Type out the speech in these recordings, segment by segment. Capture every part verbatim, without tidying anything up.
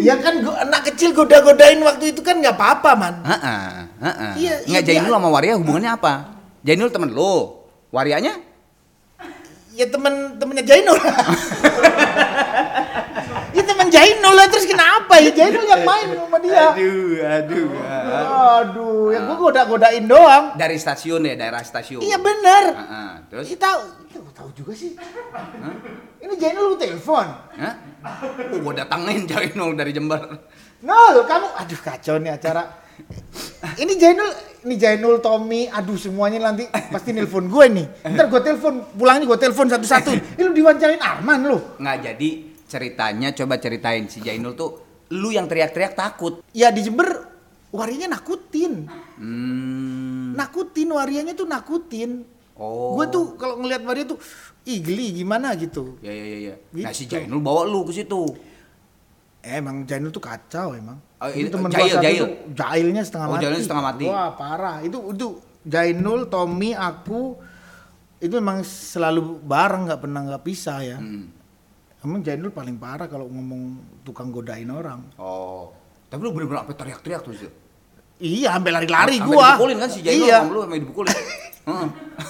Ya kan gua, anak kecil goda-godain waktu itu kan nggak apa-apa man. Heeh, heeh. Iya, Nggak, iya, Jainul sama Waria hubungannya apa? Jainul temen lu, Warianya? Ya temen temennya Jainul. Ya temen Jainul lah, terus kenapa ya Jainul yang main sama dia? Aduh, aduh. Aduh, ya gua goda-godain doang. Dari stasiun ya, daerah stasiun. Iya benar. Heeh, terus? Kita tahu, kita tahu juga sih. Hah? Ini Jainul lu telepon. Hah? Oh, gua datangin Jainul dari Jember. Nol, kamu, aduh kacau nih acara. Ini Jainul, ini Jainul, Tommy, aduh semuanya nanti pasti nelpon gue nih. Ntar gue telepon, pulangnya gue telepon satu-satu. Ini lu diwawancarain Arman lu. Nggak, jadi ceritanya coba ceritain si Jainul tuh, lu yang teriak-teriak takut. Ya di Jember warianya nakutin. Hmm. Nakutin, warianya tuh nakutin. Oh. Gue tuh kalau ngelihat waria tuh, ih geli gimana gitu. Ya ya ya ya. Gitu. Nah si Jainul bawa lu ke situ. Eh, emang Jainul tuh kacau emang. Oh, Itu ini- temen Jail, gua satu Jail. tuh, Jailnya setengah Oh, mati. Jailnya setengah mati. Wah parah. Itu itu Jainul, Tommy, aku itu memang selalu bareng, nggak pernah nggak pisah ya. Hmm. Emang Jainul paling parah kalau ngomong tukang godain orang. Oh. Tapi lu bener-bener sampai teriak-teriak tuh sih. Iya, sampai lari-lari Sampai gua. dipukulin kan si Jainul Iya. sama lu sampai dipukulin. Heeh.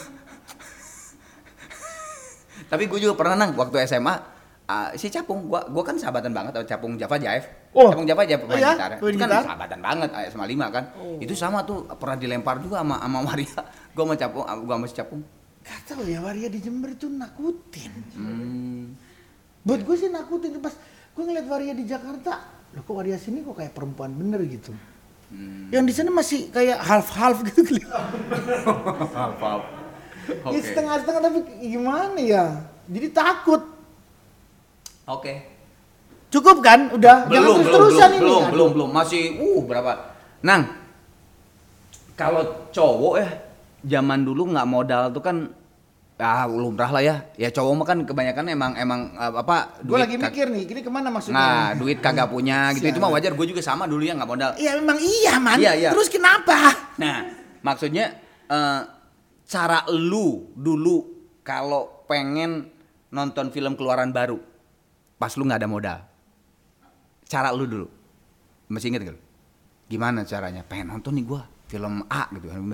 Tapi gue juga pernah nang waktu S M A uh, si Capung, gua gua kan sahabatan banget sama Capung Java Jaif. Oh. Capung Java Jaif pemain Oh ya? gitar. Pemain Itu kan gitar? sahabatan banget S M A lima kan. Oh. Itu sama tuh pernah dilempar juga sama sama Waria. Gua sama Capung, gua sama si Capung. Gak tau ya, waria di Jember itu nakutin. Hmm. Buat gue sih nakutin. Pas gue ngeliat waria di Jakarta, loh kok waria sini kok kayak perempuan bener gitu. Hmm. Yang di sana masih kayak half-half gitu kelihatan. Apa? Ya setengah-setengah tapi gimana ya? Jadi takut. Oke. Cukup kan? Udah. Jangan Belum, belum, terus-terusan belum, ini. belum, Aduh. belum, belum, masih uh berapa? Nang, kalau cowok ya zaman dulu nggak modal tuh kan ah lumrah lah ya. Ya cowok mah kan kebanyakan emang emang uh, apa? Gue duit lagi kag- mikir nih, ini kemana maksudnya? Nah, duit kagak punya gitu. Itu mah Sialan. wajar. Gue juga sama dulu ya nggak modal. Iya memang iya man. Iya, iya. Terus kenapa? Nah, maksudnya eh, cara lu dulu kalau pengen nonton film keluaran baru, pas lu nggak ada modal, cara lu dulu, masih inget gak lu? Gimana caranya? Pengen nonton nih gua film A gitu kan?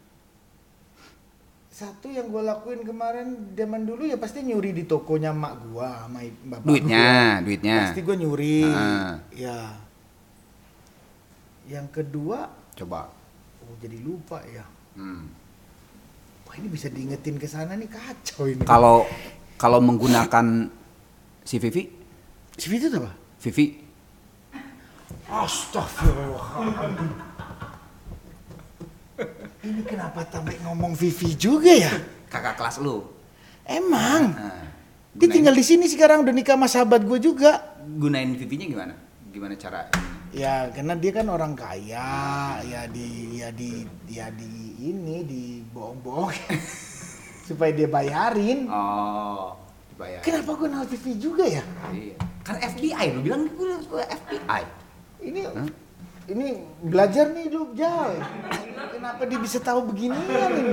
Satu yang gue lakuin kemarin zaman dulu ya pasti nyuri di tokonya mak gua sama i- bapak Duitnya, gua. duitnya. Pasti gue nyuri. Ah. Ya. Yang kedua, Coba. oh jadi lupa ya. Hmm. Wah ini bisa diingetin ke sana nih kacau ini. Kalau kalau menggunakan si Vivi, si Vito tuh apa? Vivi, Astagfirullahaladzim. Ini kenapa sampai ngomong Vivi juga ya? kakak kelas lu. Emang. Nah, Dia gunain- tinggal di sini sekarang udah nikah sama sahabat gue juga. gunain Vivinya gimana? Gimana cara? Ya karena dia kan orang kaya, ya di ya di ya di ini dibohong-bohong supaya dia bayarin. Oh, dibayar. Kenapa gue kenal Vivi juga ya? Iya. Kan F B I, lu bilang gue F B I. Ini ini belajar nih lu Jal. Kenapa dia bisa tahu beginian ini?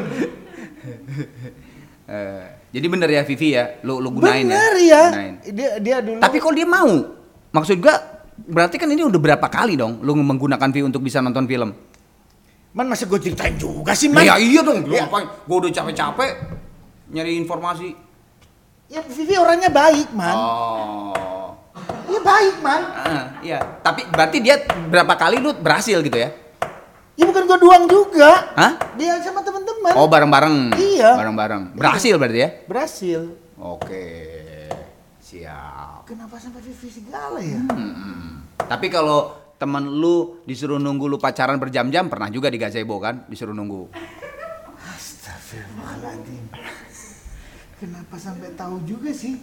Eh, jadi bener ya Vivi ya, lu lu gunain Bener ya. ya. Gunain. Dia dia dulu. Tapi kalau dia mau, maksud gua berarti kan ini udah berapa kali dong lu menggunakan Vivi untuk bisa nonton film? Man masa gue ceritain juga sih man? Ya iya dong, lu Ya. ngapain? Gua udah capek-capek nyari informasi. Ya Vivi orangnya baik man. Oh. Iya baik man. Ah, iya. Tapi berarti dia berapa kali lu berhasil gitu ya? Ya bukan gue doang juga. Hah? Dia sama teman-teman. Oh bareng-bareng. Iya. Bareng-bareng. Berhasil berarti ya? Berhasil. Oke. Siap. Kenapa sampai Vivi segala ya? Hmm. Tapi kalau temen lu disuruh nunggu lu pacaran berjam-jam, pernah juga di gazebo kan? Disuruh nunggu. Astagfirullahaladzim. Kenapa sampai tahu juga sih?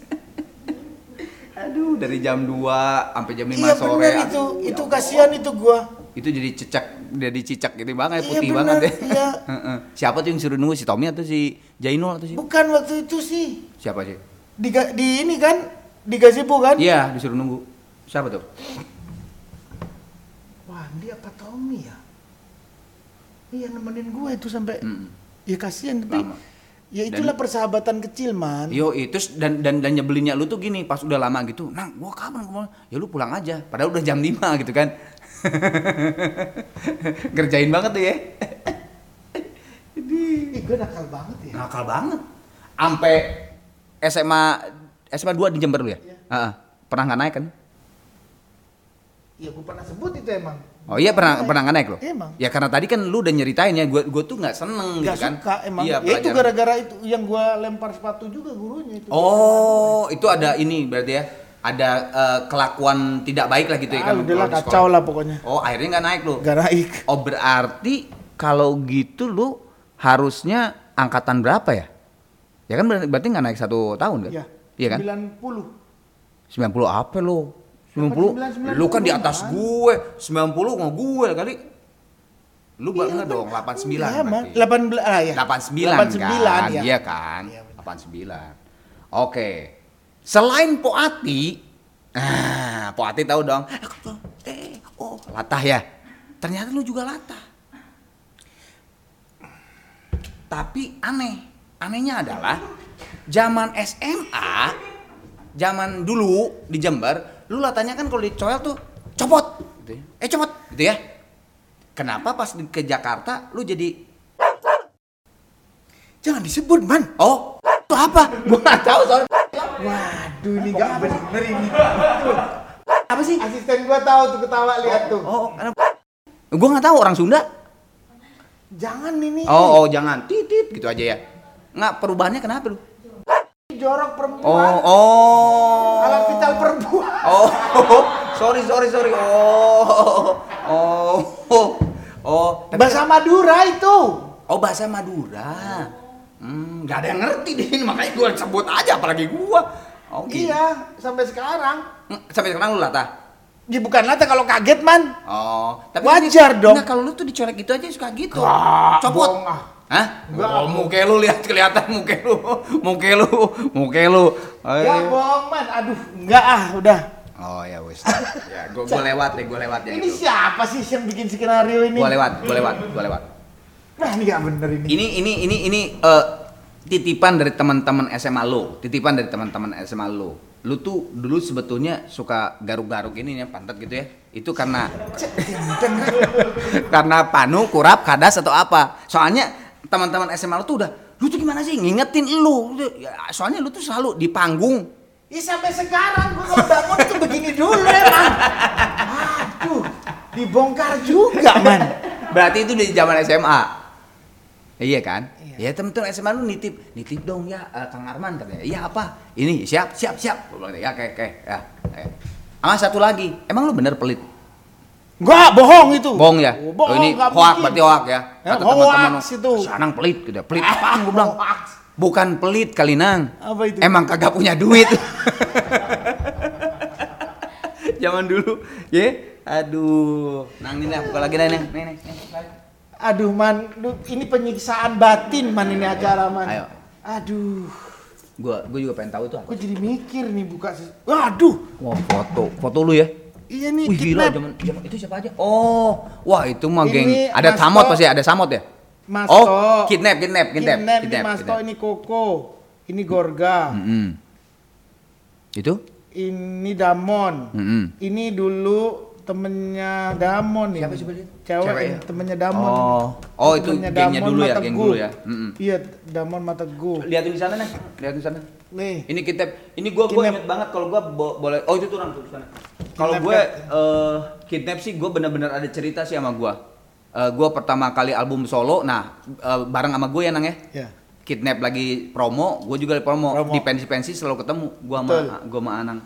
Aduh, dari jam dua sampai jam lima Iya sore. bener itu, Aduh, itu ya kasihan Allah. itu gua. Itu jadi cicak, jadi cicak gitu banget, Iya, putih bener, banget deh. iya. Heeh. Siapa tuh yang suruh nunggu, si Tommy atau si Jainul atau si? Bukan waktu itu sih. Siapa sih? Di, ga- di ini kan, di gazebo kan? Iya, disuruh nunggu. Siapa tuh? Wah, dia apa Tommy ya? Iya nemenin gua itu sampai. Mm. Ya kasihan tapi Lama. Ya itulah dan, persahabatan kecil, man. Yo, itu dan dan dan nyebelinnya lu tuh gini, pas udah lama gitu, "Nang, gua kapan gua?" Ya lu pulang aja, padahal udah jam lima gitu kan. Ngerjain banget tuh ya. Ih, gue nakal banget ya. Nakal banget. Sampai S M A S M A dua di Jember lu ya? Iya. Uh-uh. Pernah nggak naik kan? Iya, gue pernah sebut itu emang. Oh iya, pernah pernah nggak naik lo? Emang. Ya karena tadi kan lu udah nyeritain ya, gue gue tuh nggak seneng gak gitu kan. Suka emang. Iya, ya itu gara-gara itu yang gue lempar sepatu juga gurunya itu. Oh, itu ada ini berarti ya. Ada uh, kelakuan tidak baik lah gitu ya ah, kan. Udahlah kacau lah pokoknya. Oh, akhirnya nggak naik lo. Gak naik. Oh, berarti kalau gitu lu harusnya angkatan berapa ya? Ya kan berarti nggak naik satu tahun kan? Iya. Iya kan? sembilan puluh. sembilan puluh apa lo? sembilan puluh, lu kan di atas kan? Gue, sembilan puluh mau gue kali. Lu iya, enggak dong, delapan puluh sembilan berarti. delapan belas, ah ya. delapan puluh sembilan, delapan puluh sembilan kan, iya ya, kan, iya, delapan puluh sembilan. Oke, selain Poati, ah, Poati tahu dong, eh, oh, latah ya. Ternyata lu juga latah. Tapi aneh, anehnya adalah zaman S M A, zaman dulu di Jember, lu latahnya kan kalau dicoel tuh copot, gitu ya. eh copot, gitu ya. Kenapa pas ke Jakarta lu jadi jangan disebut, man. Oh, itu apa? Gua nggak tahu soalnya. Waduh, ini nggak bener ini. Apa sih? Asisten gua tahu tuh ketawa, lihat tuh. Oh, oh, gua nggak tahu orang Sunda. Jangan ini. Oh, oh jangan. Titit gitu aja ya. Nggak, perubahannya kenapa lu? Jorok perempuan. Oh, oh. Alat vital perempuan. Oh, sorry, sorry, sorry. Oh, oh, oh, oh. Bahasa Madura itu. Oh, bahasa Madura. Hmm, nggak ada yang ngerti deh, makanya gue sebut aja, apalagi gue. Oh, gitu. Iya, sampai sekarang. Sampai sekarang lu latah? Ya bukan latah, kalau kaget, man. Oh, tapi wajar ini, dong. Nah, kalau lu tuh dicolek gitu aja suka gitu. Gak, copot. Bong, ah. Hah? Oh, muka lu lihat kelihatan muka lu. Muka lu, muka lu. Ya bohong, man. Aduh, enggak ah, udah. Oh ya wes. Ya, gua, gua lewat deh, gua lewat ya. Ini itu. Siapa sih yang bikin skenario ini? Gua lewat, gua lewat, gua lewat. Nah, ini gak bener ini. Ini ini ini ini uh, titipan dari teman-teman S M A lu. Titipan dari teman-teman S M A lu. Lu tuh dulu sebetulnya suka garuk-garuk ini ya, pantat gitu ya. Itu karena karena panu, kurap, kadas atau apa? Soalnya teman-teman S M A lu tuh udah, lu tuh gimana sih ngingetin lu? Ya, soalnya lu tuh selalu di panggung. Ih, sampai sekarang gua kalau bangun tuh begini dulu emang. Aduh, dibongkar juga, man. Berarti itu dari zaman S M A. Iya kan? Iya. Ya temen-temen S M A lu nitip, nitip dong ya uh, Kang Arman katanya. Iya apa? Ini siap, siap, siap. Gua bilang ya kayak kayak ya. Kayak. Sama satu lagi, emang lu bener pelit? Enggak, bohong itu. Bohong ya? Oh, bohong, oh, ini hoak berarti hoak ya? Ya, hoak itu. Sanang pelit gitu. Pelit apaan gua bilang? Bukan pelit kali, Nang. Apa itu? Emang kagak punya duit. Zaman dulu, ya. Yeah? Aduh. Nang ini buka lagi nih, nih, nih, nih. Aduh, man, ini penyiksaan batin, man, ini acara, man. Ayo. Aduh. Gua gua juga pengen tahu itu apa. Gua jadi mikir nih buka. Waduh. Wah, foto. Foto lu ya? Iya nih, wih, gila, zaman, zaman itu siapa aja? Oh, wah itu mah geng. Ada Masto, Samot pasti, ada Samot ya? Masto. Oh, kidnap, kidnap, kidnap. Kidnap, kidnap ini Masto, kidnap. ini Koko. Ini Gorga. Mm-hmm. Itu? Ini Damon. Mm-hmm. Ini dulu temennya Damon nih. Siapa sih dia? Cewek, Cewek ya? temennya Damon. Oh, oh itu temennya gengnya Damon dulu ya, Mateguh. geng dulu ya. Mm-hmm. Iya, Damon Mateguh. Lihatin di sana nih, lihatin di sana. Nih. Ini kidnap. Ini gua gua inget banget kalau gua bo- boleh. Oh itu tuh orang tuh di sana. Kalau gue uh, kidnap sih gue benar-benar ada cerita sih sama gue. Uh, gue pertama kali album solo, nah uh, bareng sama gue ya Nang ya. Yeah. Kidnap lagi promo, gue juga lagi promo. promo. Di pensi-pensi selalu ketemu gue sama gue sama Anang.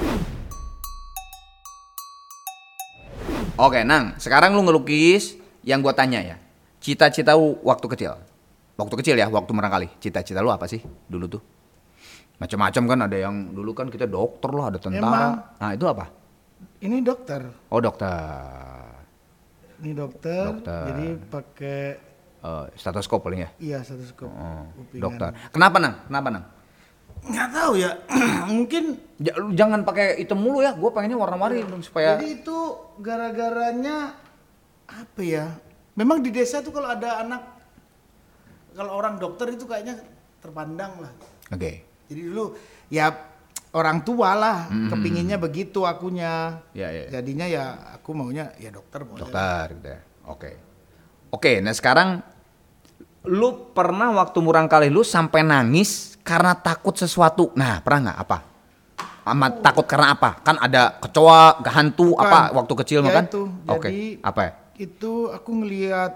Oke Nang, sekarang lu ngelukis yang gue tanya ya. Cita-cita lu waktu kecil, waktu kecil ya, waktu merangkali. Cita-cita lu apa sih dulu tuh? Macam-macam kan, ada yang dulu kan kita dokter lah, ada tentara. Emang? Nah itu apa? Ini dokter. Oh dokter. Ini dokter. Dokter. Jadi pakai uh, stetoskop paling ya? Iya stetoskop. Oh, dokter. Kenapa Nang? Kenapa Nang? Nggak tahu ya. Mungkin. Ja, lu jangan pakai hitam mulu ya. Gue pengennya warna-warni dong supaya. Jadi itu gara-garanya apa ya? Memang di desa tuh kalau ada anak, kalau orang dokter itu kayaknya terpandang lah. Oke. Okay. Jadi dulu ya orang tua lah Mm-hmm. kepinginnya begitu akunya. Ya, ya. Jadinya ya aku maunya ya dokter boleh. Dokter gitu ya. Oke. Oke, nah sekarang lu pernah waktu murang kali lu sampai nangis karena takut sesuatu. Nah, pernah nggak apa? Amat takut karena apa? Kan ada kecoa, hantu Bukan. apa waktu kecil Ya makan? itu, Oke. jadi Apa ya? itu aku ngelihat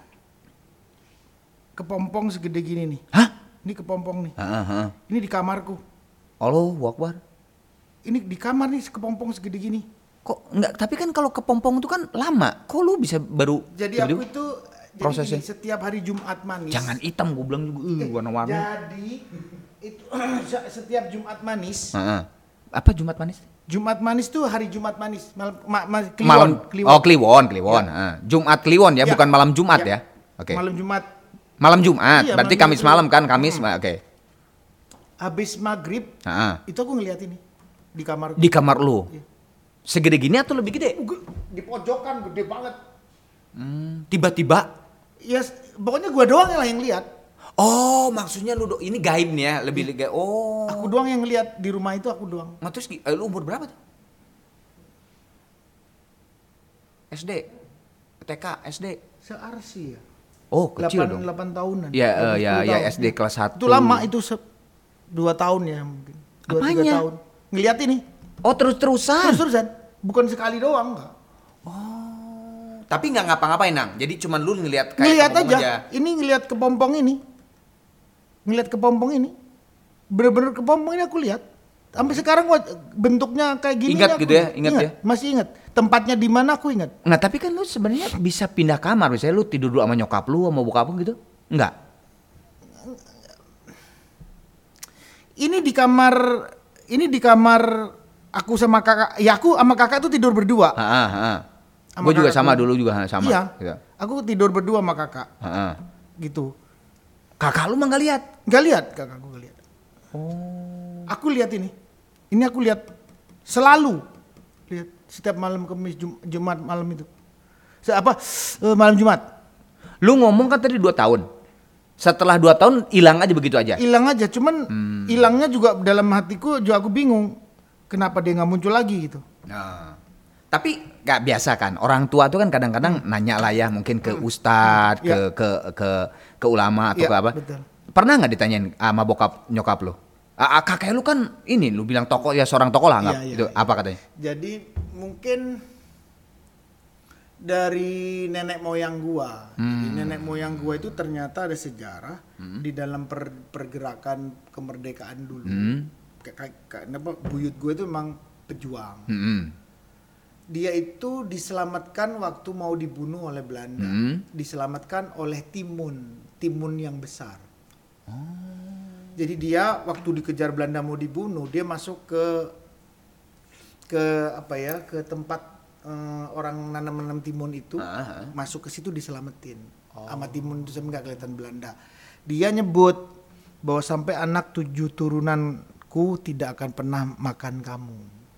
kepompong segede gini nih. Hah? Ini kepompong nih. Heeh, heeh. Ini di kamarku. Allahu Akbar. Ini di kamar nih kepompong segede gini. Kok enggak? Tapi kan kalau kepompong itu kan lama. Kok lu bisa baru Jadi aku tiba-tiba? itu jadi prosesnya? gini, setiap hari Jumat manis. Jangan hitam, gue bilang juga, uh, warna-warni. Jadi itu setiap Jumat manis. Heeh. Apa Jumat manis? Jumat manis tuh hari Jumat manis. Malam ma, ma, kliwon, Malam kliwon. Oh, Kliwon, Kliwon. Ya. Heeh. Jumat Kliwon ya, Ya. bukan malam Jumat ya. Ya. Oke. Malam Jumat. Malam Jumat, Iya, berarti malam Kamis Jumat. malam kan, Kamis. Hmm. Oke. Habis maghrib Heeh. itu aku ngeliat ini di kamar. Di kamar lu. Iya. Segede gini atau lebih gede? Di pojokan gede banget. Hmm, tiba-tiba. Ya pokoknya gua doang yang yang lihat. Oh, maksudnya lu do- ini gaib nih ya, lebih Iya. gaib. Oh. Aku doang yang lihat di rumah itu, aku doang. Nah, terus eh, lu umur berapa tuh? S D, T K, S D. Searsi ya. Oh, kecil delapan, dong. delapan tahunan. Ya, eh, delapan, ya, sepuluh ya tahun. S D kelas satu. Itu lama itu se- dua tahun ya mungkin. Dua tiga Apanya? tahun. Ngeliat ini. Oh, terus-terusan. Terus-terusan. Bukan sekali doang enggak. Tapi nggak ngapa-ngapain, Nang. Jadi cuman lu ngelihat kayak Ngeliat kepompong aja. Ini ngeliat kepompong ini. Ngeliat kepompong ini. Bener-bener kepompong ini aku lihat. Sampai sekarang gua bentuknya kayak gini. Ingat aku gitu ya? Ingat ya? Masih ingat. Tempatnya di mana aku ingat. Nah, tapi kan lu sebenarnya bisa pindah kamar. Misalnya lu tidur dulu sama nyokap lu, sama bokap lu gitu. Enggak. Ini di kamar ini di kamar aku sama kakak. Ya aku sama kakak tuh tidur berdua. Heeh, heeh. Sama Gue juga kakak sama gua. dulu juga sama. Iya. Gitu. Aku tidur berdua sama kakak. Heeh. Gitu. Kakak lu mah nggak lihat. Nggak lihat kakakku nggak lihat. Oh. Aku lihat ini. Ini aku lihat selalu lihat setiap malam Kamis Jum- Jumat malam itu. Se apa eh, malam Jumat. Lu ngomong kan tadi dua tahun. Setelah dua tahun hilang aja begitu aja. Hilang aja, cuman Hmm. hilangnya juga dalam hatiku juga aku bingung kenapa dia nggak muncul lagi gitu. Nah. Tapi nggak biasa kan. Orang tua tuh kan kadang-kadang nanya lah ya mungkin ke ustadz, Ya. ke, ke ke ke ulama atau Ya, ke apa. betul. Pernah nggak ditanyain sama bokap nyokap lu? Ah, ah, kakek lu kan ini lu bilang tokoh ya seorang tokoh lah anggap. Iya, iya, Itu iya. apa katanya? Jadi mungkin dari nenek moyang gua. Jadi Hmm. nenek moyang gua itu ternyata ada sejarah di dalam per- pergerakan kemerdekaan dulu. Hmm. Kayak kayak- kayak- kenapa buyut gua itu memang pejuang. Hmm. Dia itu diselamatkan waktu mau dibunuh oleh Belanda. Hmm. Diselamatkan oleh timun, timun yang besar. Jadi dia waktu dikejar Belanda mau dibunuh, dia masuk ke ke apa ya, ke tempat eh, orang nanam-nanam timun itu, Ah, ah. masuk ke situ diselamatin. Sama timun itu sampai nggak kelihatan Belanda. Dia nyebut bahwa sampai anak tujuh turunanku tidak akan pernah makan kamu.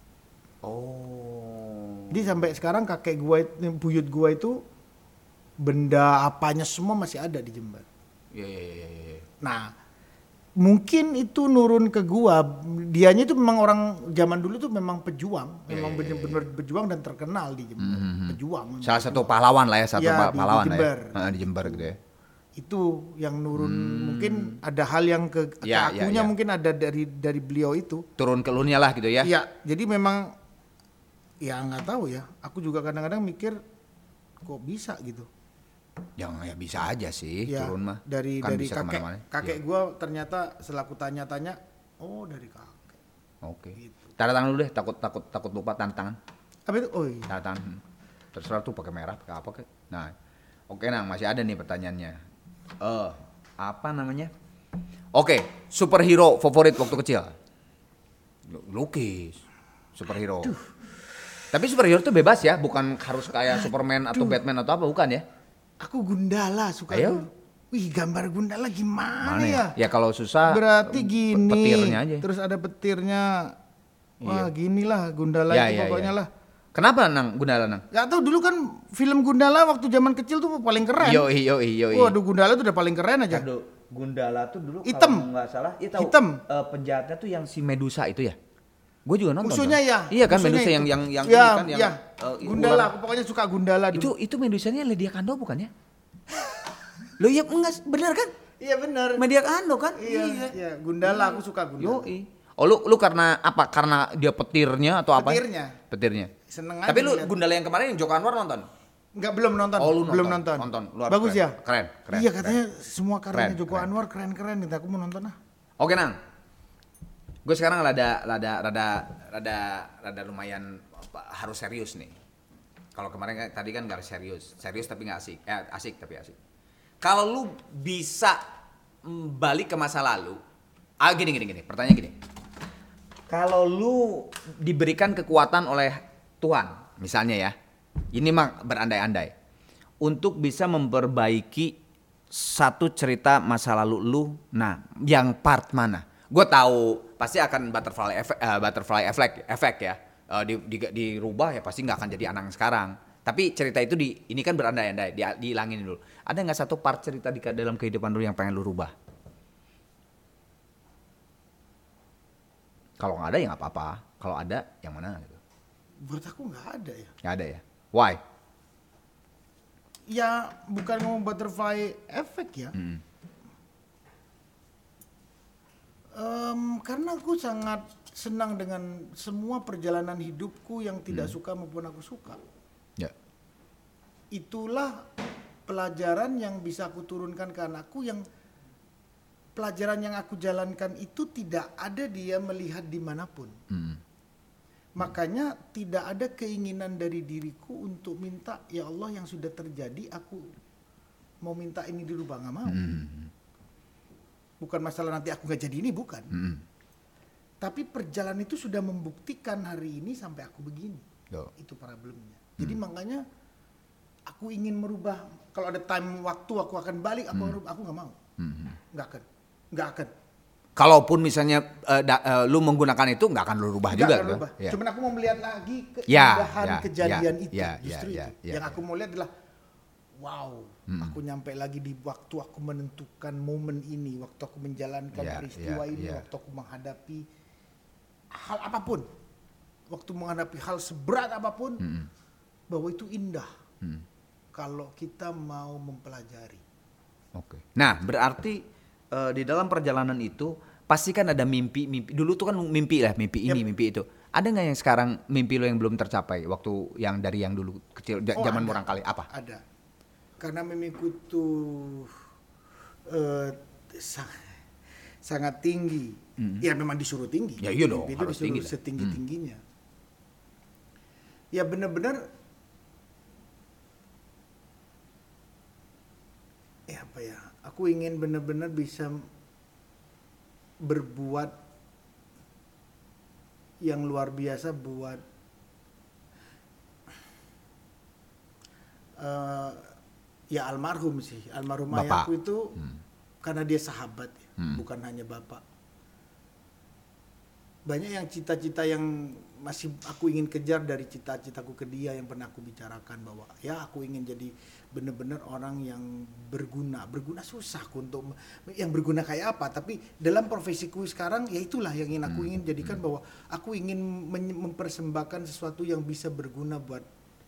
Oh. Jadi sampai sekarang kakek gua itu, buyut gua itu benda apanya semua masih ada di Jember. Iya iya iya iya. Nah, mungkin itu nurun ke gua. Dianya itu memang orang zaman dulu tuh memang pejuang, Ya, memang ya, ya, benar-benar berjuang dan terkenal di Jember. Mhm. Pejuang. memang. Salah satu pahlawan lah ya, satu Iya, pa- di- di pahlawan lah Jember. ya. Ah, di Jember gitu ya. Itu yang nurun. Mungkin ada hal yang ke, ke Ya, ya, akunya ya. mungkin ada dari dari beliau itu. Turun ke lunya lah gitu ya. Iya, jadi memang ya nggak tahu ya. Aku juga kadang-kadang mikir kok bisa gitu. Jangan ya bisa aja sih Ya, turun mah. dari Kan dari bisa kakek kemana-mana. kakek Iya. gua ternyata setelah aku tanya-tanya, oh dari kakek. Oke. Gitu. Tanda tangan dulu deh, takut takut takut lupa tanda tangan. Apa itu? Oh iya. Tanda tangan. Hmm. Terserah tuh pakai merah, pakai apa kek. Nah, oke Nang, masih ada nih pertanyaannya. Eh, apa namanya? Oke, superhero favorit waktu kecil. Lu- Lukis. Superhero. Tapi superhero tuh bebas ya, bukan harus kayak Superman atau Batman atau apa, bukan ya? Aku Gundala suka Ayo. dulu. Wih, gambar Gundala gimana Mana ya? ya? Ya kalau susah Berarti pe- gini. petirnya aja. Terus ada petirnya. Wah, Iya. ginilah Gundala Ya, itu ya, pokoknya ya. lah. Kenapa Nang Gundala Nang? Gak tau dulu kan film Gundala waktu zaman kecil tuh paling keren. Yo yo yo. Waduh, Gundala tuh udah paling keren aja. Aduh, Gundala tuh dulu Hitam. kalau nggak salah, ya tahu. Hitam. eh, penjahatnya tuh yang si Medusa itu ya. Gue juga nonton. Musuhnya kan? ya. Iya kan musuhnya Medusa itu. yang yang yang ya, ini kan yang ya. eh, Gundala, ular. aku pokoknya suka Gundala dulu. Itu itu Medusanya Lydia Kandou bukan ya? Lo iya enggak benar kan? Iya benar. Media Kandou kan? Iya, iya. Gundala, aku suka Gundala. Yoi. Oh lu lu karena apa? Karena dia petirnya atau apa? Petirnya. Petirnya. Seneng Tapi aja lu ngeliat. Gundala yang kemarin yang Joko Anwar nonton? Enggak, belum nonton. Oh, lu nonton. Belum nonton. Nonton. Lu harus Bagus keren. ya? Keren, keren. Iya, keren. katanya semua karyanya Keren, Joko keren. Anwar keren-keren gitu. Aku mau nonton ah. Oke Nang, gue sekarang rada rada rada rada rada lumayan apa, harus serius nih. Kalau kemarin kan, tadi kan gak serius, serius tapi nggak asik, eh, asik tapi asik. Kalau lu bisa mm, balik ke masa lalu, ah gini gini gini, pertanyaan gini. Kalau lu diberikan kekuatan oleh Tuhan, misalnya ya, ini mah berandai-andai, untuk bisa memperbaiki satu cerita masa lalu lu, nah yang part mana? Gue tahu pasti akan butterfly effect, uh, butterfly effect, effect ya, uh, di, di, dirubah ya pasti nggak akan jadi anak sekarang. Tapi cerita itu di, ini kan berandai-andai, di, dihilangin dulu. Ada nggak satu part cerita di dalam kehidupan lu yang pengen lu rubah? Kalau nggak ada ya nggak apa-apa. Kalau ada, yang mana gitu? Buat aku nggak ada ya. Nggak ada ya. Why? Ya bukan ngomong butterfly effect ya. Hmm. Em, karena aku sangat senang dengan semua perjalanan hidupku yang tidak Hmm. suka maupun aku suka. Ya. Itulah pelajaran yang bisa aku turunkan ke anakku, yang pelajaran yang aku jalankan itu tidak ada dia melihat dimanapun. Hmm. Makanya tidak ada keinginan dari diriku untuk minta, ya Allah yang sudah terjadi aku mau minta ini dirubah, nggak mau. Hmm. Bukan masalah nanti aku nggak jadi ini, bukan. Hmm. Tapi perjalanan itu sudah membuktikan hari ini sampai aku begini. Yo. Itu problemnya. Jadi makanya aku ingin merubah. Kalau ada time waktu aku akan balik, aku akan rubah. Aku nggak mau. Hmm. Nggak akan. Nggak akan. Kalaupun misalnya uh, da, uh, lu menggunakan itu nggak akan lu rubah Nggak juga akan gitu. rubah. Ya. Cuman aku mau melihat lagi Ya, keindahan ya, kejadian ya, itu. ya, Justru ya, itu. ya, Yang ya. aku mau lihat adalah, wow, aku nyampe lagi di waktu aku menentukan momen ini, waktu aku menjalankan Ya, peristiwa ya, ini, ya. waktu aku menghadapi hal apapun, waktu menghadapi hal seberat apapun, Hmm. bahwa itu indah Hmm. kalau kita mau mempelajari. Oke. Nah, berarti uh, di dalam perjalanan itu pasti kan ada mimpi-mimpi. Dulu tuh kan mimpi lah, mimpi ini, Yep. mimpi itu. Ada nggak yang sekarang mimpi lo yang belum tercapai waktu yang dari yang dulu kecil, ja- Oh, zaman ada. murang kali apa? Ada. Karena mimpiku itu eh, sang- sangat tinggi. Ya memang disuruh tinggi. Ya iya dong, Mimpi itu harus disuruh tinggi lah. setinggi-tingginya. Ya benar-benar, ya apa ya, aku ingin benar-benar bisa berbuat yang luar biasa buat eh, ya almarhum sih, almarhum Bapak. ayahku itu karena dia sahabat ya, Hmm. bukan hanya bapak. Banyak yang cita-cita yang masih aku ingin kejar dari cita-citaku ke dia yang pernah aku bicarakan, bahwa ya aku ingin jadi benar-benar orang yang berguna. Berguna susah aku untuk yang berguna kayak apa, tapi dalam profesiku sekarang ya itulah yang ingin aku ingin jadikan, bahwa aku ingin men- mempersembahkan sesuatu yang bisa berguna buat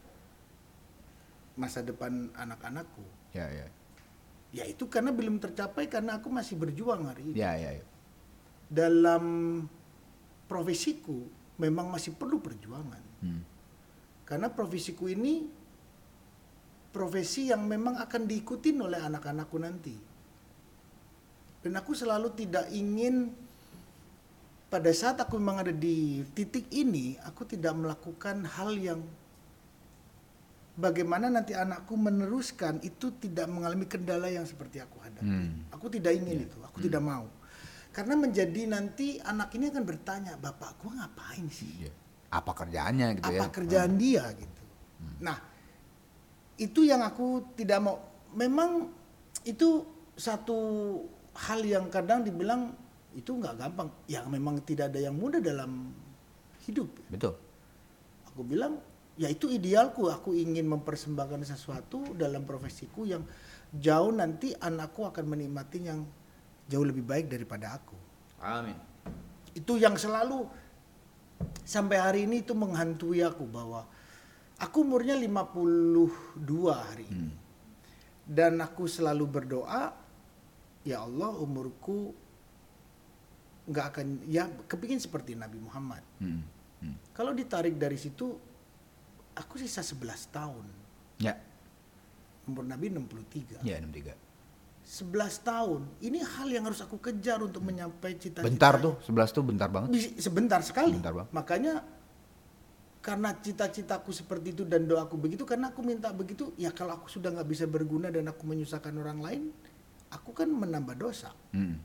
masa depan anak-anakku. Ya, ya. Ya itu karena belum tercapai karena aku masih berjuang hari ini. Ya, ya, ya. Dalam profesiku memang masih perlu perjuangan. Hmm. Karena profesiku ini profesi yang memang akan diikutin oleh anak-anakku nanti. Dan aku selalu tidak ingin pada saat aku memang ada di titik ini, aku tidak melakukan hal yang bagaimana nanti anakku meneruskan itu tidak mengalami kendala yang seperti aku hadapi. Hmm. Aku tidak ingin itu, aku tidak mau. Karena menjadi nanti anak ini akan bertanya, bapak gua ngapain sih? Ya. Apa kerjaannya gitu ya? Apa kerjaan dia gitu. Nah, itu yang aku tidak mau. Memang itu satu hal yang kadang dibilang itu nggak gampang. Ya memang tidak ada yang mudah dalam hidup. Betul. Aku bilang, ya itu idealku. Aku ingin mempersembahkan sesuatu dalam profesiku yang jauh nanti anakku akan menikmati yang jauh lebih baik daripada aku. Amin. Itu yang selalu sampai hari ini itu menghantui aku, bahwa aku umurnya lima puluh dua hari ini. Hmm. Dan aku selalu berdoa, ya Allah, umurku nggak akan, ya kepingin seperti Nabi Muhammad. Hmm. Hmm. Kalau ditarik dari situ, aku sisa sebelas tahun. Ya. Umur Nabi enam puluh tiga. Ya, enam puluh tiga. sebelas tahun. Ini hal yang harus aku kejar untuk hmm. menyampai cita-cita. Bentar tuh, sebelas tuh bentar banget. Sebentar sekali. Bentar banget. Makanya karena cita-citaku seperti itu dan doaku begitu, karena aku minta begitu, ya kalau aku sudah nggak bisa berguna dan aku menyusahkan orang lain, aku kan menambah dosa. Hmm.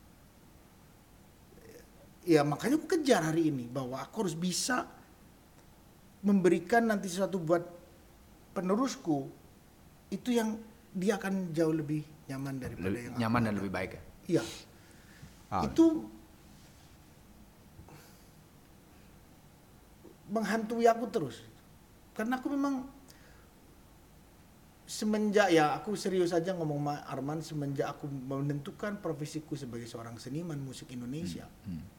Ya makanya aku kejar hari ini, bahwa aku harus bisa memberikan nanti sesuatu buat penerusku, itu yang dia akan jauh lebih nyaman daripada lebih, yang nyaman aku dan ada. Lebih baik ya. Iya. Oh. Itu menghantui aku terus, karena aku memang semenjak, ya aku serius aja ngomong sama Arman, semenjak aku menentukan profesiku sebagai seorang seniman musik Indonesia. Hmm. Hmm.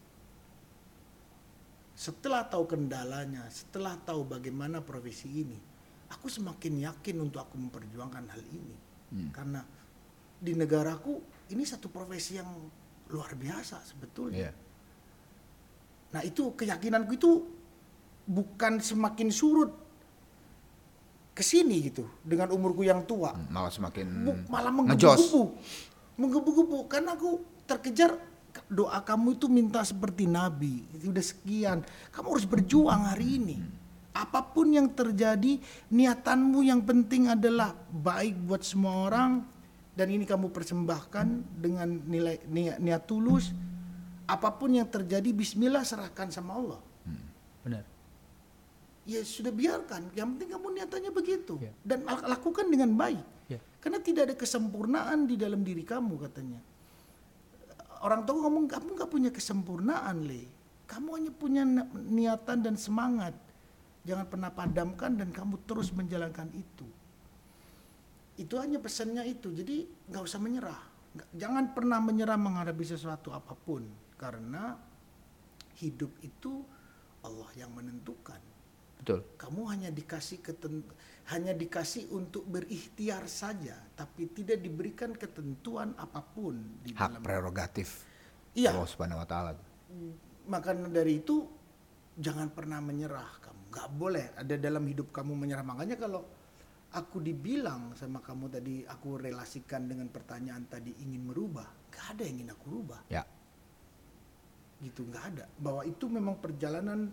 Setelah tahu kendalanya, setelah tahu bagaimana profesi ini, aku semakin yakin untuk aku memperjuangkan hal ini. Hmm. Karena di negaraku ini satu profesi yang luar biasa sebetulnya. Yeah. Nah itu keyakinanku itu bukan semakin surut ke sini gitu dengan umurku yang tua. Hmm, malah semakin Buk, malah menggebu-gebu. Menggebu-gebu karena aku terkejar, doa kamu itu minta seperti Nabi. Itu udah sekian. Kamu harus berjuang hari ini. Hmm. Apapun yang terjadi, niatanmu yang penting adalah baik buat semua orang, dan ini kamu persembahkan dengan nilai niat, niat tulus. Apapun yang terjadi, bismillah, serahkan sama Allah. Hmm, benar. Ya sudah, biarkan. Yang penting kamu niatannya begitu. Yeah. Dan lakukan dengan baik. Yeah. Karena tidak ada kesempurnaan di dalam diri kamu, katanya. Orang tua ngomong, kamu gak punya kesempurnaan, Le. Kamu hanya punya niatan dan semangat. Jangan pernah padamkan dan kamu terus menjalankan itu. Itu hanya pesannya itu. Jadi gak usah menyerah. Jangan pernah menyerah menghadapi sesuatu apapun. Karena hidup itu Allah yang menentukan. Betul. Kamu hanya dikasih keten, hanya dikasih untuk berikhtiar saja, tapi tidak diberikan ketentuan apapun di hak dalam prerogatif. Iya. Allah Subhanahu wa taala. Maka dari itu jangan pernah menyerah kamu. Gak boleh ada dalam hidup kamu menyerah. Makanya kalau aku dibilang sama kamu tadi, aku relasikan dengan pertanyaan tadi, ingin merubah, gak ada yang ingin aku rubah. Ya. Gitu, gak ada. Bahwa itu memang perjalanan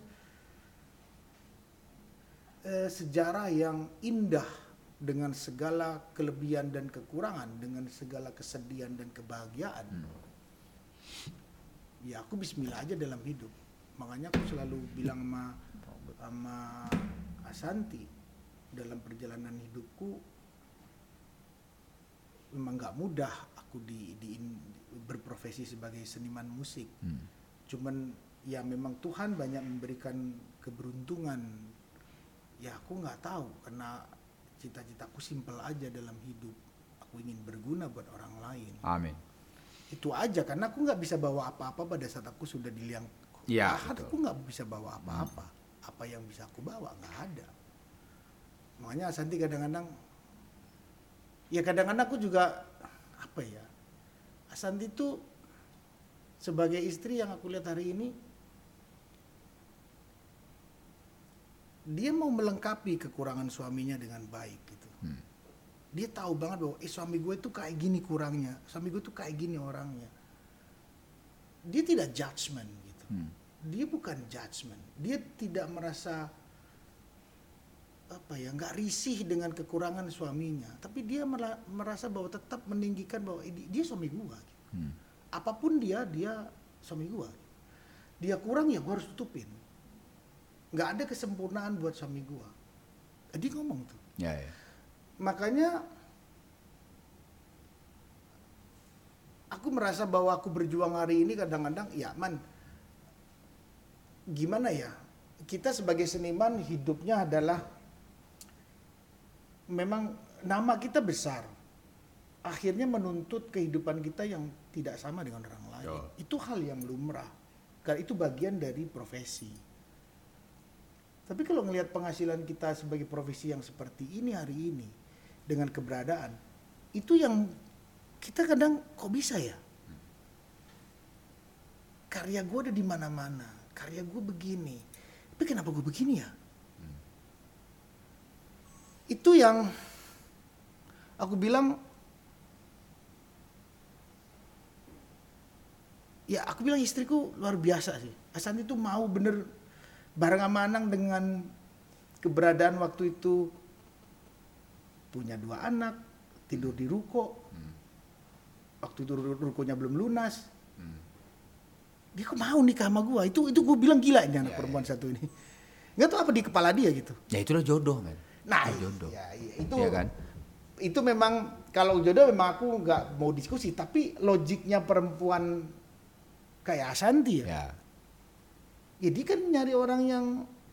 Eh, sejarah yang indah dengan segala kelebihan dan kekurangan, dengan segala kesedihan dan kebahagiaan. Hmm. Ya aku bismillah aja dalam hidup. Makanya aku selalu bilang sama sama Asanti, dalam perjalanan hidupku memang nggak mudah aku di, di, di berprofesi sebagai seniman musik. Hmm. Cuman ya memang Tuhan banyak memberikan keberuntungan. Ya aku nggak tahu, karena cita-citaku simpel aja dalam hidup. Aku ingin berguna buat orang lain. Amin. Itu aja, karena aku nggak bisa bawa apa-apa pada saat aku sudah di liang ya, lahat. Aku nggak bisa bawa apa-apa. Hmm. Apa yang bisa aku bawa nggak ada. Makanya Santi kadang-kadang, ya kadang-kadang aku juga apa ya, Asanti itu sebagai istri yang aku lihat hari ini, dia mau melengkapi kekurangan suaminya dengan baik gitu. Hmm. Dia tahu banget bahwa eh suami gue itu kayak gini kurangnya, suami gue itu kayak gini orangnya. Dia tidak judgement gitu. Hmm. Dia bukan judgement. Dia tidak merasa apa ya, nggak risih dengan kekurangan suaminya, tapi dia merasa bahwa tetap meninggikan bahwa eh, dia suami gue. Gitu. Hmm. Apapun dia, dia suami gue. Dia kurang ya gue harus tutupin. Nggak ada kesempurnaan buat suami gua. Dia ngomong tuh. Ya, ya. Makanya aku merasa bahwa aku berjuang hari ini kadang-kadang, ya man, gimana ya? Kita sebagai seniman hidupnya adalah memang nama kita besar. akhirnya menuntut kehidupan kita yang tidak sama dengan orang lain. Yo. Itu hal yang lumrah. Karena itu bagian dari profesi. Tapi kalau ngelihat penghasilan kita sebagai profesi yang seperti ini hari ini dengan keberadaan, itu yang kita kadang kok bisa ya? Karya gue ada di mana-mana, karya gue begini. Tapi kenapa gue begini ya? Hmm. Itu yang aku bilang, ya aku bilang istriku luar biasa sih. Asanti tuh mau bener bareng sama Anang dengan keberadaan waktu itu punya dua anak, tidur di ruko. Hmm. Waktu itu rukonya belum lunas. Dia kok mau nikah sama gua, itu itu gua bilang gila ini anak ya, perempuan ya. Satu ini nggak tahu apa di kepala dia gitu. Ya itulah jodoh men. Nah itu jodoh ya, ya, itu ya kan? Itu memang kalau jodoh memang aku nggak mau diskusi, tapi logiknya perempuan kayak Asanti ya, ya. Ya dia kan nyari orang yang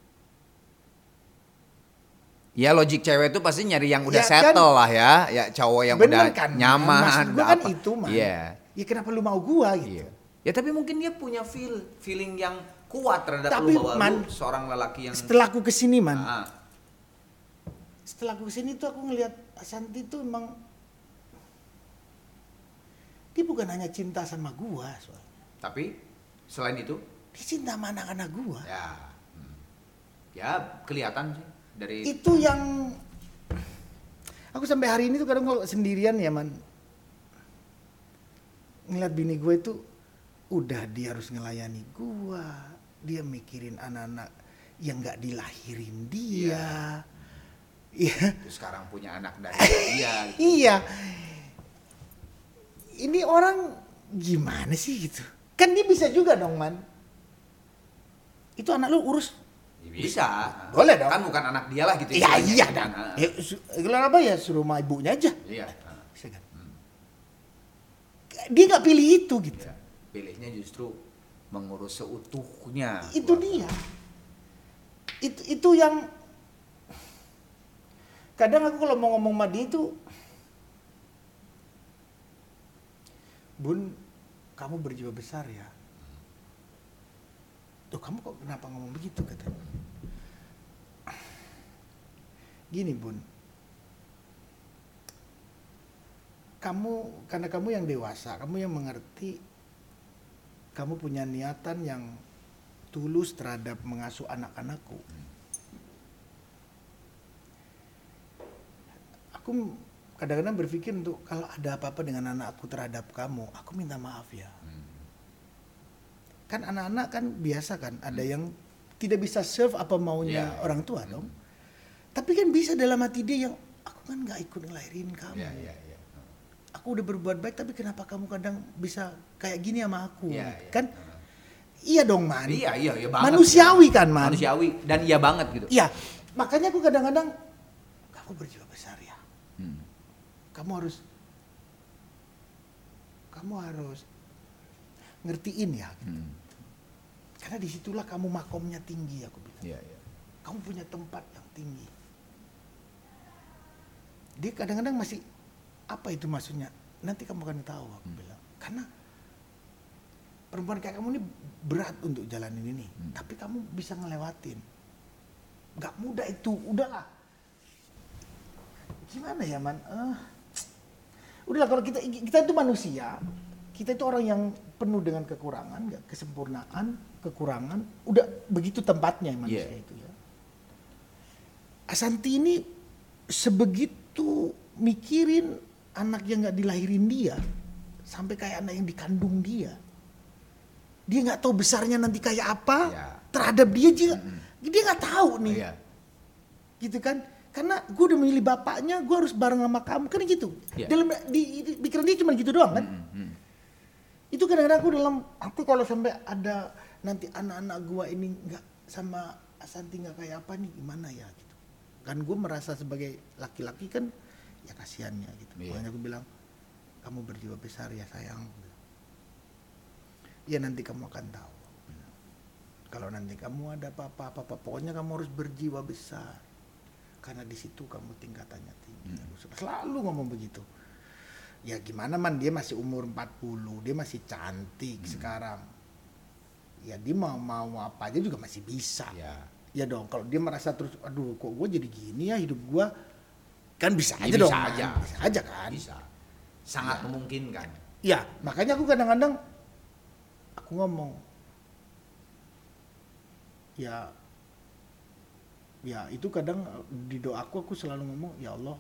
ya logik cewek itu pasti nyari yang udah ya, settle kan, lah ya, ya cowok yang udah kan, nyaman. Maksud gua kan apa. itu mah. Yeah. Ya kenapa lu mau gua gitu? Yeah. Ya tapi mungkin dia punya feel feeling yang kuat terhadap tapi, lu bahwa man, lu seorang lelaki yang setelah aku kesini man, ah. setelah aku kesini tuh aku ngelihat Asanti tuh emang dia bukan hanya cinta sama gua soalnya. Tapi selain itu dia cinta sama anak-anak gua. Ya, hmm. ya kelihatan sih dari itu yang aku sampai hari ini tuh kadang kalau sendirian ya man, ngeliat bini gue itu udah dia harus ngelayani gua, dia mikirin anak-anak yang nggak dilahirin dia, iya. Ya. Terus sekarang punya anak dari dia. Gitu. Iya, ini orang gimana sih gitu? Kan dia bisa juga dong man, itu anak lu urus. Ya, bisa. Boleh dong. Kan bukan anak dia lah gitu. Iya iya kan. dan. Ya, gelar apa ya suruh sama ibunya aja. Iya. Bisa kan? Hmm. Dia nggak pilih itu gitu. Ya. Pilihnya justru mengurus seutuhnya. Itu dia. Itu itu yang kadang aku kalau mau ngomong sama dia itu, Bun, kamu berjiwa besar ya. Tuh kamu kok kenapa ngomong begitu katanya? Gini Bun, kamu karena kamu yang dewasa, kamu yang mengerti, kamu punya niatan yang tulus terhadap mengasuh anak-anakku. Aku kadang-kadang berpikir untuk kalau ada apa-apa dengan anakku terhadap kamu, aku minta maaf ya. Hmm. Kan anak-anak kan biasa kan, ada hmm. yang tidak bisa serve apa maunya yeah. orang tua hmm. dong. Tapi kan bisa dalam hati dia yang, aku kan gak ikut ngelahirin kamu. Yeah, yeah, yeah. Aku udah berbuat baik, tapi kenapa kamu kadang bisa kayak gini sama aku? Yeah, yeah. Kan iya dong man. Iya, iya, iya banget. Manusiawi kan man. Manusiawi dan iya banget gitu. Iya, makanya aku kadang-kadang, kamu berjiwa besar ya. Hmm. Kamu harus kamu harus ngertiin ya gitu. Hmm. Karena disitulah kamu makomnya tinggi aku bilang. Yeah, yeah. Kamu punya tempat yang tinggi. Dia kadang-kadang masih apa itu maksudnya? Nanti kamu akan tahu aku hmm. bilang. Karena perempuan kayak kamu ini berat untuk jalanin ini, hmm. tapi kamu bisa ngelewatin. Gak mudah itu, udahlah. Gimana ya man? Uh, udahlah kalau kita kita itu manusia, kita itu orang yang penuh dengan kekurangan, gak kesempurnaan, kekurangan. Udah begitu tempatnya manusia yeah. itu ya. Asanti ini sebegitu mikirin anak yang gak dilahirin dia, sampai kayak anak yang dikandung dia. Dia nggak tahu besarnya nanti kayak apa yeah. terhadap dia juga, mm-hmm. dia nggak tahu nih, oh, yeah. gitu kan? Karena gue udah memilih bapaknya, gue harus bareng sama kamu kan gitu. Yeah. Dalam di, di pikiran dia cuma gitu doang kan? Mm-hmm. Itu kadang-kadang aku dalam aku kalau sampai ada nanti anak-anak gue ini nggak sama Asanti nggak kayak apa nih gimana ya gitu. Kan gue merasa sebagai laki-laki kan ya kasihannya gitu. Yeah. Makanya aku bilang kamu berjiwa besar ya sayang. Ya nanti kamu akan tahu. Kalau nanti kamu ada apa-apa, apa-apa, pokoknya kamu harus berjiwa besar. Karena di situ kamu tingkatannya tinggi. Hmm. Selalu ngomong begitu. Ya gimana man, dia masih umur empat puluh, dia masih cantik hmm. sekarang. Ya dia mau mau apa aja juga masih bisa. Ya. Ya dong, kalau dia merasa terus, aduh kok gue jadi gini ya hidup gue, kan bisa aja ya, dong. Bisa man. aja. Bisa aja kan. Bisa. Sangat ya. Memungkinkan. Ya, makanya aku kadang-kadang aku ngomong, ya, ya itu kadang di doaku aku selalu ngomong, ya Allah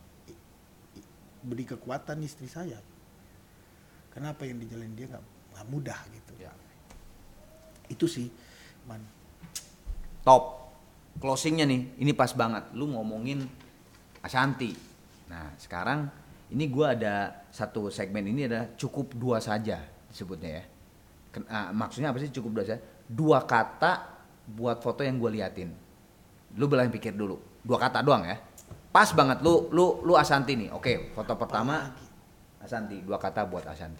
beri kekuatan istri saya. Kenapa yang dijalin dia nggak nggak mudah gitu. Ya. Itu sih, man. Top. Closingnya nih, ini pas banget. Lu ngomongin Ashanty. Nah, sekarang ini gue ada satu segmen ini ada cukup dua saja disebutnya ya. Ken, uh, maksudnya apa sih cukup dua saja? Dua kata buat foto yang gue liatin. Lu boleh pikir dulu. Dua kata doang ya. Pas banget lu lu lu Ashanty nih. Oke, foto pertama Ashanty. Dua kata buat Ashanty.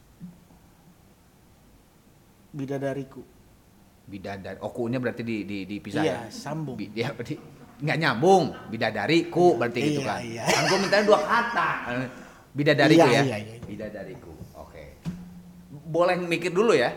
Bidadariku. Bidadari, oh ku-nya berarti di, di, dipisah iya, ya? sambung. Bi, ya, berarti nggak nyambung, bidadari ku berarti iya, gitu kan? Iya. Kan gue mintanya dua kata, bidadariku iya, ya? Iya, iya. Bidadariku, oke. Boleh mikir dulu ya?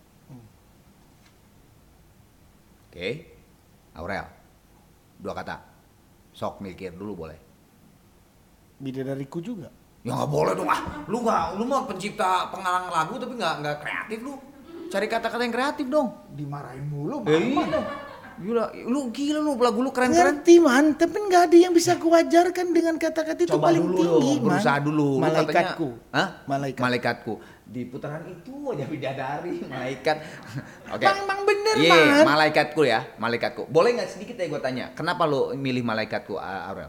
Oke, Aurel, dua kata, sok mikir dulu boleh. Bidadariku juga? Ya nggak boleh dong ah, lu nggak, lu mah pencipta pengarang lagu tapi nggak nggak kreatif lu. Cari kata-kata yang kreatif dong. Dimarahin mulu, eh, iya dong. Gila, lu gila lu lagu lu keren-keren. Ngerti man, tapi nggak ada yang bisa kuwajarkan dengan kata-kata itu coba paling dulu tinggi dong, man. Berusaha dulu. Malaikatku. Hah? Malaikat. Malaikatku. Di putaran itu aja bidadari, malaikat. Oke. Okay. Bang, bang bener yeah, man. Malaikatku ya, malaikatku. Boleh nggak sedikit ya gue tanya, kenapa lu milih malaikatku, Aurel?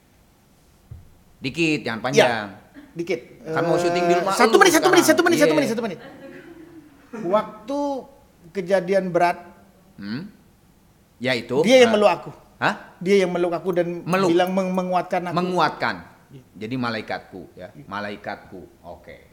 Dikit, jangan panjang. Ya, dikit. Kan uh, mau syuting di rumah. Satu menit, satu menit, satu menit, yeah. satu menit, satu menit. Waktu kejadian berat, hmm? ya itu dia yang meluk aku. Hah? Dia yang meluk aku dan meluk. bilang meng menguatkan aku. Menguatkan. Jadi malaikatku, ya, malaikatku. Oke.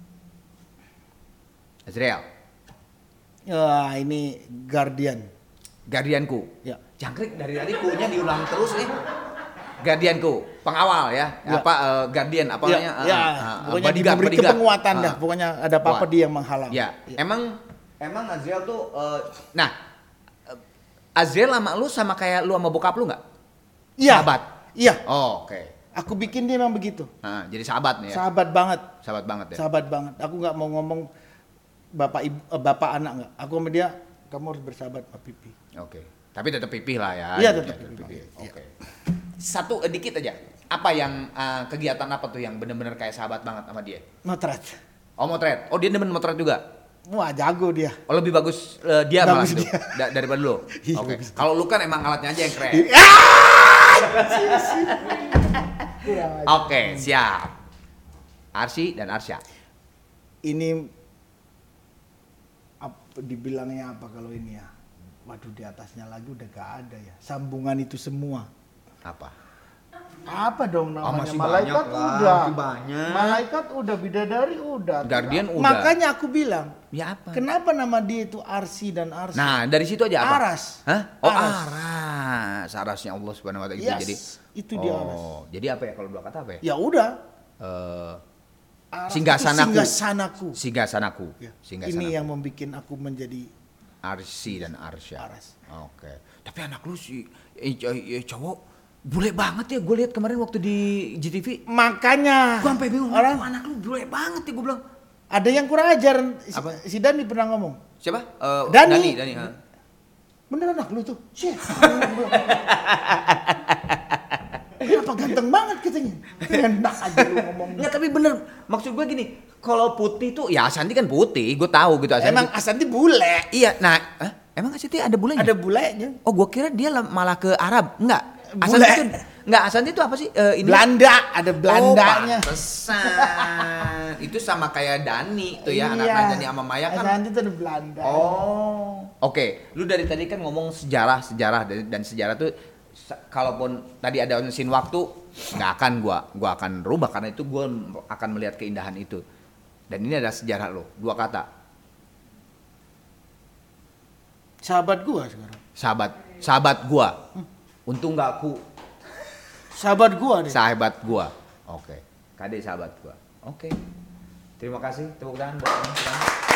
Okay. Azriel. Ya ini guardian. Guardianku. Ya. Jangkrik dari tadi ku-nya diulang terus nih. Guardianku, pengawal ya, ya. apa uh, guardian apa ya, namanya? Ya, uh, pokoknya bodyguard, memberi bodyguard. Kepenguatan uh, dah. Pokoknya ada apa-apa dia yang menghalang. Ya. ya. Emang emang Azriel tuh, uh, nah Azriel sama lu sama kayak lu sama bokap lu nggak? Iya. Sahabat. Iya. Oh, oke. Okay. Aku bikin dia memang begitu. Nah, jadi sahabat nih ya. Sahabat banget. Sahabat banget ya. Sahabat banget. Aku nggak mau ngomong bapak ibu, bapak anak nggak. Aku sama dia, kamu harus bersahabat sama Pipi. Oke. Okay. Tapi tetap Pipi lah ya. Iya tetap Pipi. Pipi. Oke. Okay. Satu eh, dikit aja. Apa yang uh, kegiatan apa tuh yang benar-benar kayak sahabat banget sama dia? Motret. Oh motret. Oh dia demen motret juga. Wah jago dia. Oh lebih bagus uh, dia malah gitu da daripada lu. Oke. Okay. Kalau lu kan emang alatnya aja yang keren. Oke okay, siap. Arsy dan Arsya. Ini apa, dibilangnya apa kalau ini ya? Waduh di atasnya lagi udah gak ada ya. Sambungan itu semua. Apa? Apa dong namanya? Oh, malaikat lah, udah. banyak. Malaikat udah, bidadari udah. Guardian udah. Makanya aku bilang. Ya apa? Kenapa nama dia itu Arsy dan Arsy? Nah dari situ aja apa? Aras. Hah? Oh Aras. Aras. Arasnya Allah Subhanahu Wa Taala. Yes, jadi. Itu dia oh, Aras. Jadi apa ya kalau dua kata apa ya? Ya udah. Uh, Aras Singgasanaku. Singgasanaku. Singgasanaku. Ya. Singgasanaku. Ini yang membuat aku menjadi Arsy dan Arsya. Aras. Oke. Okay. Tapi anak lu sih eh, eh, cowok bule banget ya. Gue lihat kemarin waktu di G T V. Makanya. Gue sampai bingung. Orang anak lu bule banget ya gue bilang. Ada yang kurang ajar. Apa? Si Dani pernah ngomong. Siapa? Uh, Dani. Dani. Dani ha? Bener anak lu tuh. Kenapa ganteng banget katanya. Enak aja lu ngomong. Enggak tapi bener. Maksud gue gini. Kalau putih tuh, ya Ashanty kan putih, gue tahu gitu. Ashanty. Emang Ashanty bule. Iya, nah, eh, emang Ashanty ada bulenya? Ada bulenya. Oh, gue kira dia malah ke Arab, enggak? Ashanty itu, enggak Ashanty itu apa sih? Uh, ini Belanda, ada Belandanya. Oh, pantesan. Itu sama kayak Dani tuh ya, iya. Anak-anak Dani sama Maya kan. Ashanty itu ada Belanda. Oh, oke. Okay. Lu dari tadi kan ngomong sejarah, sejarah dan sejarah tuh, kalaupun tadi ada mesin waktu, nggak akan gua, gua akan rubah karena itu gua akan melihat keindahan itu. Dan ini ada sejarah lo, dua kata. Sahabat gua sekarang. Sahabat, sahabat gua. Hmm. Untung nggak aku. Sahabat gua deh. Sahabat gua. Oke. Kade sahabat gua. Oke. Terima kasih, tepuk tangan buat teman-teman.